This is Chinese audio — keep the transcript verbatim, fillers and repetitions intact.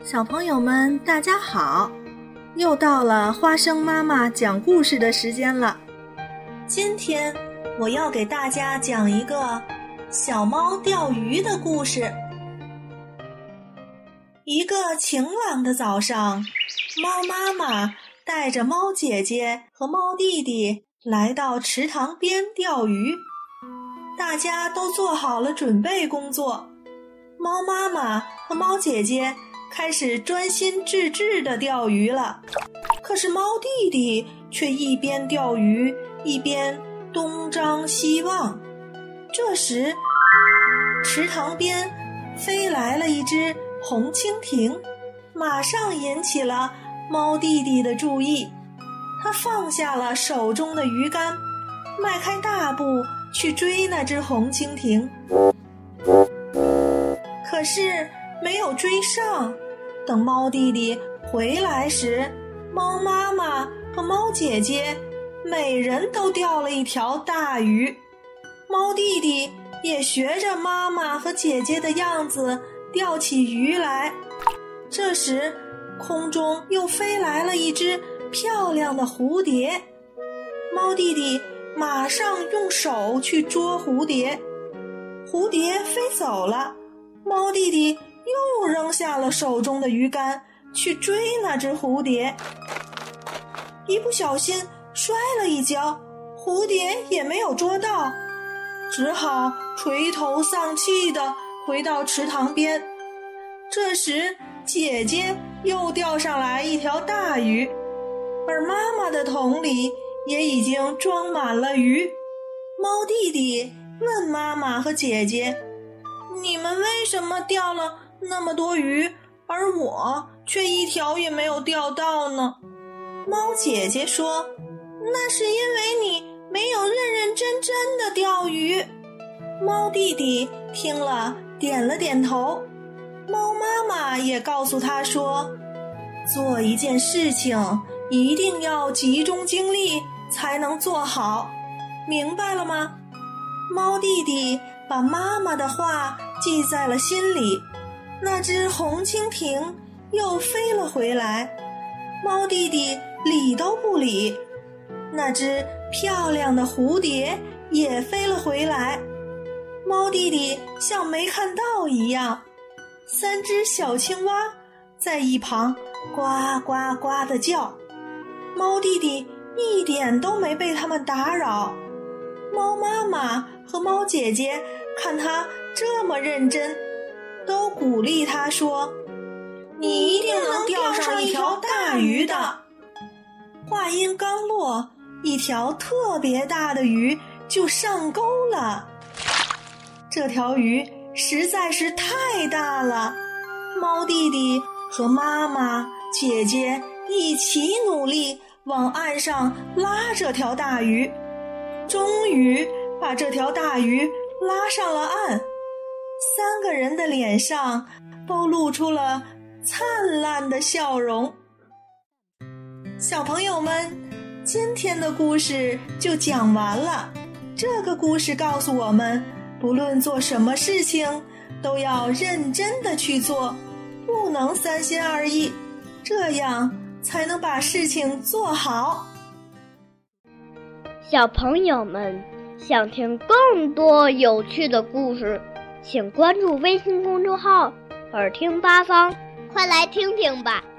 小朋友们大家好，又到了花生妈妈讲故事的时间了。今天我要给大家讲一个小猫钓鱼的故事。一个晴朗的早上，猫妈妈带着猫姐姐和猫弟弟来到池塘边钓鱼。大家都做好了准备工作，猫妈妈和猫姐姐开始专心致志地钓鱼了。可是猫弟弟却一边钓鱼一边东张西望。这时池塘边飞来了一只红蜻蜓，马上引起了猫弟弟的注意。他放下了手中的鱼竿，迈开大步去追那只红蜻蜓。可是没有追上。等猫弟弟回来时，猫妈妈和猫姐姐每人都钓了一条大鱼。猫弟弟也学着妈妈和姐姐的样子钓起鱼来。这时空中又飞来了一只漂亮的蝴蝶，猫弟弟马上用手去捉蝴蝶，蝴蝶飞走了，猫弟弟又扔下了手中的鱼竿去追那只蝴蝶。一不小心摔了一跤，蝴蝶也没有捉到，只好垂头丧气地回到池塘边。这时姐姐又钓上来一条大鱼，而妈妈的桶里也已经装满了鱼。猫弟弟问妈妈和姐姐，你们为什么钓了那么多鱼，而我却一条也没有钓到呢？猫姐姐说，那是因为你没有认认真真的钓鱼。猫弟弟听了点了点头。猫妈妈也告诉他说，做一件事情一定要集中精力才能做好，明白了吗？猫弟弟把妈妈的话记在了心里。那只红蜻蜓又飞了回来，猫弟弟理都不理。那只漂亮的蝴蝶也飞了回来，猫弟弟像没看到一样。三只小青蛙在一旁呱呱呱地叫，猫弟弟一点都没被它们打扰。猫妈妈和猫姐姐看他这么认真，都鼓励他说，你一定能钓上一条大鱼的。话音刚落，一条特别大的鱼就上钩了。这条鱼实在是太大了，猫弟弟和妈妈姐姐一起努力往岸上拉这条大鱼，终于把这条大鱼拉上了岸。三个人的脸上都露出了灿烂的笑容。小朋友们，今天的故事就讲完了。这个故事告诉我们，不论做什么事情都要认真的去做，不能三心二意，这样才能把事情做好。 小朋友们，想听更多有趣的故事，请关注微信公众号“耳听八方”，快来听听吧。